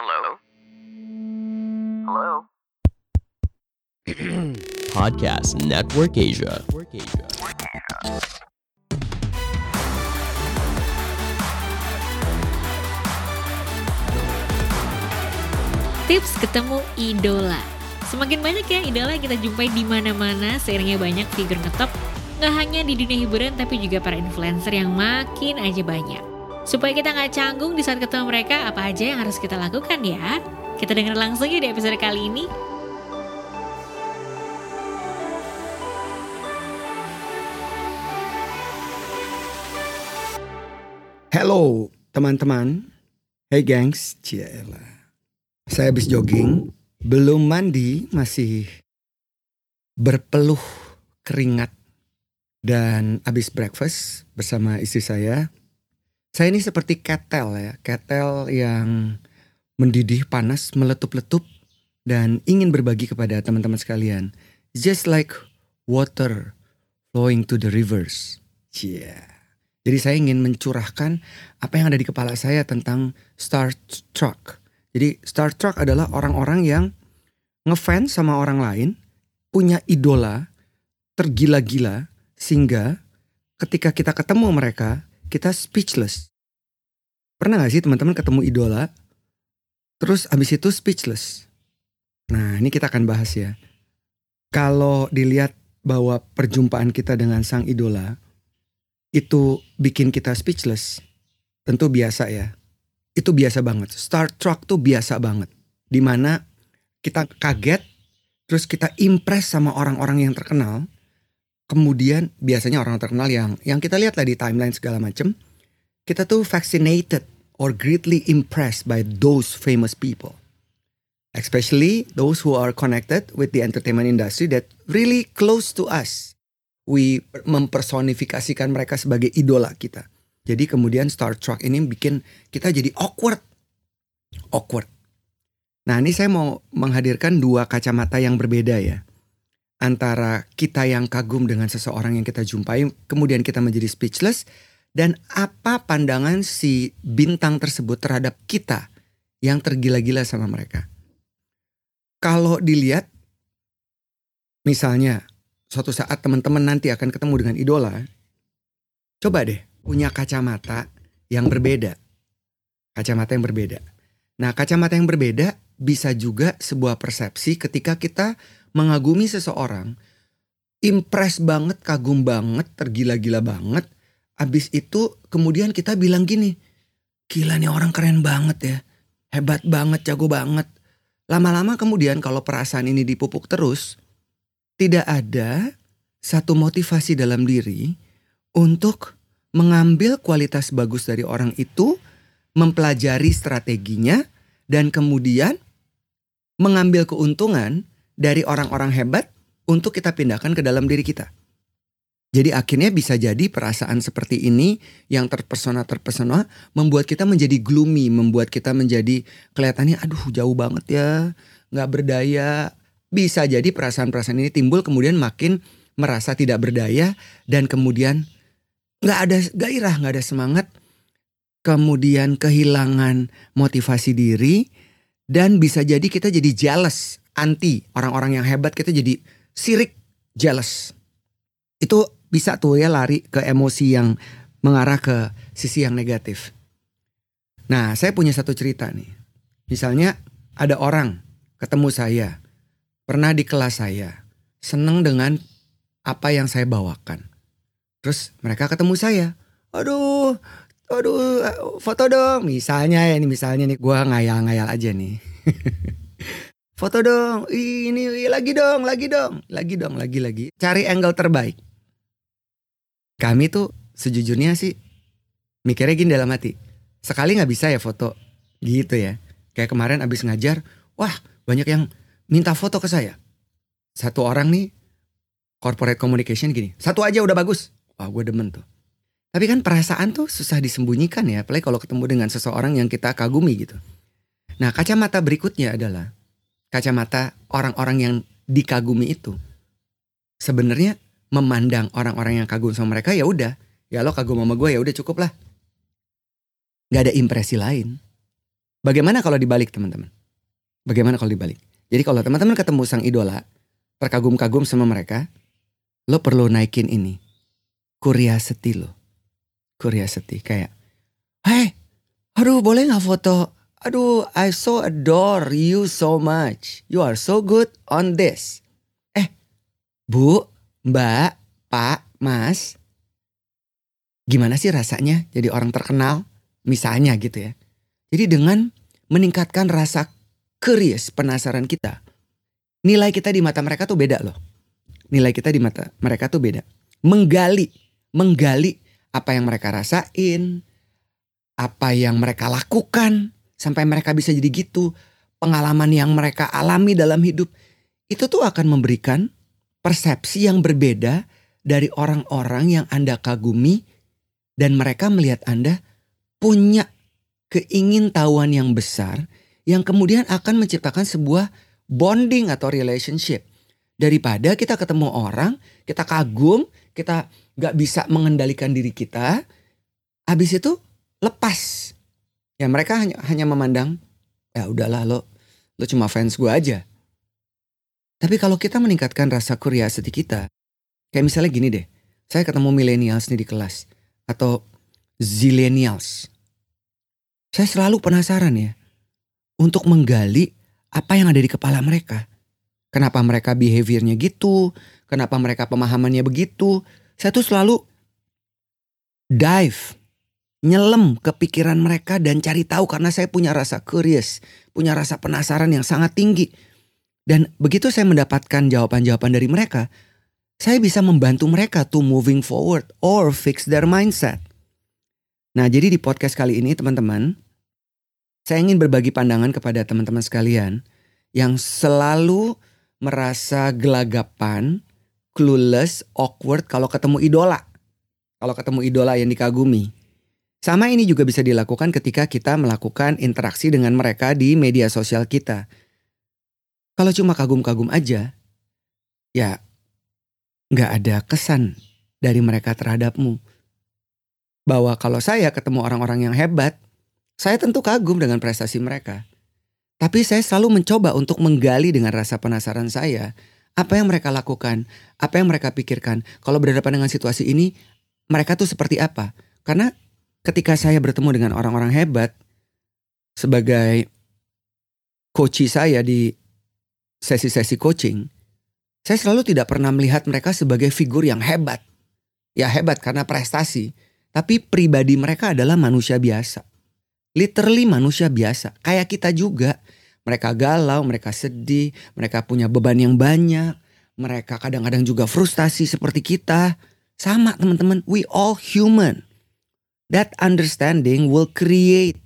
Hello? Hello? Podcast Network Asia. Tips ketemu idola. Semakin banyak ya idola yang kita jumpai di mana-mana, seiringnya banyak figur ngetop nggak hanya di dunia hiburan tapi juga para influencer yang makin aja banyak. Supaya kita nggak canggung di saat ketemu mereka, apa aja yang harus kita lakukan ya? Kita dengar langsung yuk di episode kali ini. Hello teman-teman. Hey gengs, cialah. Saya habis jogging, belum mandi, masih berpeluh keringat. Dan habis breakfast bersama istri saya. Saya ini seperti ketel ya, ketel yang mendidih panas, meletup-letup dan ingin berbagi kepada teman-teman sekalian. Just like water flowing to the rivers. Jadi saya ingin mencurahkan apa yang ada di kepala saya tentang starstruck. Jadi starstruck adalah orang-orang yang ngefans sama orang lain, punya idola, tergila-gila, sehingga ketika kita ketemu mereka, kita speechless. Pernah gak sih teman-teman ketemu idola, terus abis itu speechless? Nah ini kita akan bahas ya. Kalau dilihat bahwa perjumpaan kita dengan sang idola itu bikin kita speechless, tentu biasa ya. Itu biasa banget. Starstruck tuh biasa banget. Dimana kita kaget, terus kita impress sama orang-orang yang terkenal. Kemudian biasanya orang terkenal yang kita lihat lah di timeline segala macam. Kita tuh vaccinated or greatly impressed by those famous people. Especially those who are connected with the entertainment industry that really close to us. We mempersonifikasikan mereka sebagai idola kita. Jadi kemudian starstruck ini bikin kita jadi awkward. Nah ini saya mau menghadirkan dua kacamata yang berbeda ya. Antara kita yang kagum dengan seseorang yang kita jumpai, kemudian kita menjadi speechless. Dan apa pandangan si bintang tersebut terhadap kita yang tergila-gila sama mereka. Kalau dilihat, misalnya suatu saat teman-teman nanti akan ketemu dengan idola, coba deh punya kacamata yang berbeda. Kacamata yang berbeda. Nah kacamata yang berbeda bisa juga sebuah persepsi ketika kita mengagumi seseorang, impress banget, kagum banget, tergila-gila banget. Abis itu kemudian kita bilang gini, gila nih orang keren banget ya, hebat banget, jago banget. Lama-lama kemudian kalau perasaan ini dipupuk terus, tidak ada satu motivasi dalam diri untuk mengambil kualitas bagus dari orang itu, mempelajari strateginya, dan kemudian mengambil keuntungan dari orang-orang hebat untuk kita pindahkan ke dalam diri kita. Jadi akhirnya bisa jadi perasaan seperti ini yang terpesona membuat kita menjadi gloomy, membuat kita menjadi kelihatannya aduh jauh banget ya, gak berdaya. Bisa jadi perasaan-perasaan ini timbul kemudian makin merasa tidak berdaya dan kemudian gak ada gairah, gak ada semangat. Kemudian kehilangan motivasi diri dan bisa jadi kita jadi jealous, anti orang-orang yang hebat, kita jadi sirik, jealous. Itu bisa tuh ya lari ke emosi yang mengarah ke sisi yang negatif. Nah saya punya satu cerita nih. Misalnya ada orang ketemu saya, pernah di kelas saya, seneng dengan apa yang saya bawakan. Terus mereka ketemu saya, aduh foto dong. Misalnya nih gue ngayal-ngayal aja nih. Foto dong, ini lagi dong. Cari angle terbaik. Kami tuh sejujurnya sih mikirnya gini dalam hati. Sekali gak bisa ya foto gitu ya. Kayak kemarin abis ngajar, wah banyak yang minta foto ke saya. Satu orang nih corporate communication gini, satu aja udah bagus. Wah gue demen tuh. Tapi kan perasaan tuh susah disembunyikan ya. Apalagi kalau ketemu dengan seseorang yang kita kagumi gitu. Nah kacamata berikutnya adalah kacamata orang-orang yang dikagumi itu. Sebenarnya memandang orang-orang yang kagum sama mereka ya udah, ya lo kagum sama gue ya udah cukup lah. Gak ada impresi lain. Bagaimana kalau dibalik teman-teman? Bagaimana kalau dibalik? Jadi kalau teman-teman ketemu sang idola, terkagum-kagum sama mereka, lo perlu naikin ini. Curiosity lo. Curiosity kayak, hey, aduh boleh gak foto? Aduh, I so adore you so much. You are so good on this. Bu, Mbak, Pak, Mas, gimana sih rasanya jadi orang terkenal? Misalnya gitu ya. Jadi dengan meningkatkan rasa curious, penasaran kita, nilai kita di mata mereka tuh beda loh. Nilai kita di mata mereka tuh beda. Menggali apa yang mereka rasain, apa yang mereka lakukan, sampai mereka bisa jadi gitu. Pengalaman yang mereka alami dalam hidup, itu tuh akan memberikan persepsi yang berbeda dari orang-orang yang Anda kagumi. Dan mereka melihat Anda punya keingintahuan yang besar yang kemudian akan menciptakan sebuah bonding atau relationship. Daripada kita ketemu orang, kita kagum, kita gak bisa mengendalikan diri kita, habis itu lepas. Ya mereka hanya memandang, ya udahlah lo cuma fans gue aja. Tapi kalau kita meningkatkan rasa curiosity kita, kayak misalnya gini deh, saya ketemu millennials nih di kelas, atau zillennials. Saya selalu penasaran ya, untuk menggali apa yang ada di kepala mereka. Kenapa mereka behaviornya gitu, kenapa mereka pemahamannya begitu. Saya tuh selalu dive, nyelam ke pikiran mereka dan cari tahu karena saya punya rasa curious, punya rasa penasaran yang sangat tinggi. Dan begitu saya mendapatkan jawaban-jawaban dari mereka, saya bisa membantu mereka to moving forward or fix their mindset. Nah, jadi di podcast kali ini teman-teman, saya ingin berbagi pandangan kepada teman-teman sekalian yang selalu merasa gelagapan, clueless, awkward kalau ketemu idola. Kalau ketemu idola yang dikagumi. Sama ini juga bisa dilakukan ketika kita melakukan interaksi dengan mereka di media sosial kita. Kalau cuma kagum-kagum aja, ya gak ada kesan dari mereka terhadapmu. Bahwa kalau saya ketemu orang-orang yang hebat, saya tentu kagum dengan prestasi mereka. Tapi saya selalu mencoba untuk menggali dengan rasa penasaran saya, apa yang mereka lakukan, apa yang mereka pikirkan. Kalau berhadapan dengan situasi ini, mereka tuh seperti apa? Karena ketika saya bertemu dengan orang-orang hebat, sebagai coach saya di sesi-sesi coaching, saya selalu tidak pernah melihat mereka sebagai figur yang hebat. Ya hebat karena prestasi, tapi pribadi mereka adalah manusia biasa. Literally manusia biasa, kayak kita juga. Mereka galau, mereka sedih, mereka punya beban yang banyak. Mereka kadang-kadang juga frustasi seperti kita. Sama teman-teman, we all human. That understanding will create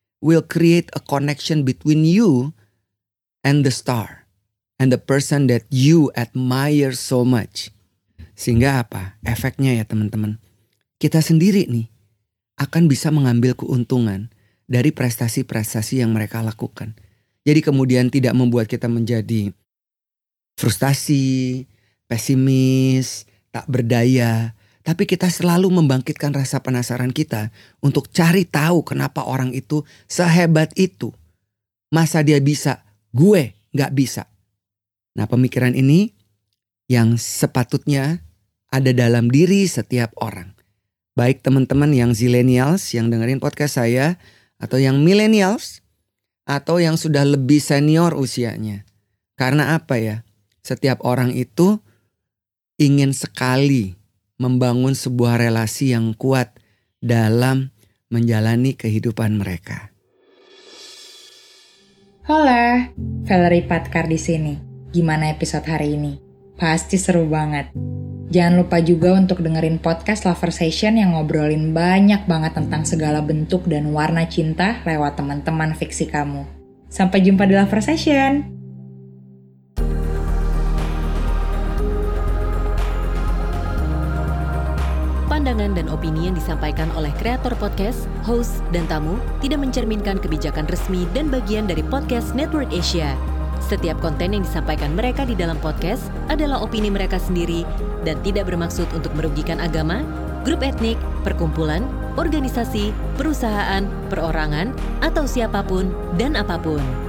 a connection between you and the star. And the person that you admire so much. Sehingga apa? Efeknya ya teman-teman. Kita sendiri nih akan bisa mengambil keuntungan dari prestasi-prestasi yang mereka lakukan. Jadi kemudian tidak membuat kita menjadi frustasi, pesimis, tak berdaya. Tapi kita selalu membangkitkan rasa penasaran kita untuk cari tahu kenapa orang itu sehebat itu. Masa dia bisa, gue gak bisa. Nah, pemikiran ini yang sepatutnya ada dalam diri setiap orang. Baik teman-teman yang zillennials yang dengerin podcast saya, atau yang millennials, atau yang sudah lebih senior usianya. Karena apa ya? Setiap orang itu ingin sekali membangun sebuah relasi yang kuat dalam menjalani kehidupan mereka. Hola, Valerie Patkar di sini. Gimana episode hari ini? Pasti seru banget. Jangan lupa juga untuk dengerin podcast Lover Session yang ngobrolin banyak banget tentang segala bentuk dan warna cinta lewat teman-teman fiksi kamu. Sampai jumpa di Lover Session! Pandangan dan opini yang disampaikan oleh kreator podcast, host, dan tamu tidak mencerminkan kebijakan resmi dan bagian dari Podcast Network Asia. Setiap konten yang disampaikan mereka di dalam podcast adalah opini mereka sendiri dan tidak bermaksud untuk merugikan agama, grup etnik, perkumpulan, organisasi, perusahaan, perorangan, atau siapapun dan apapun.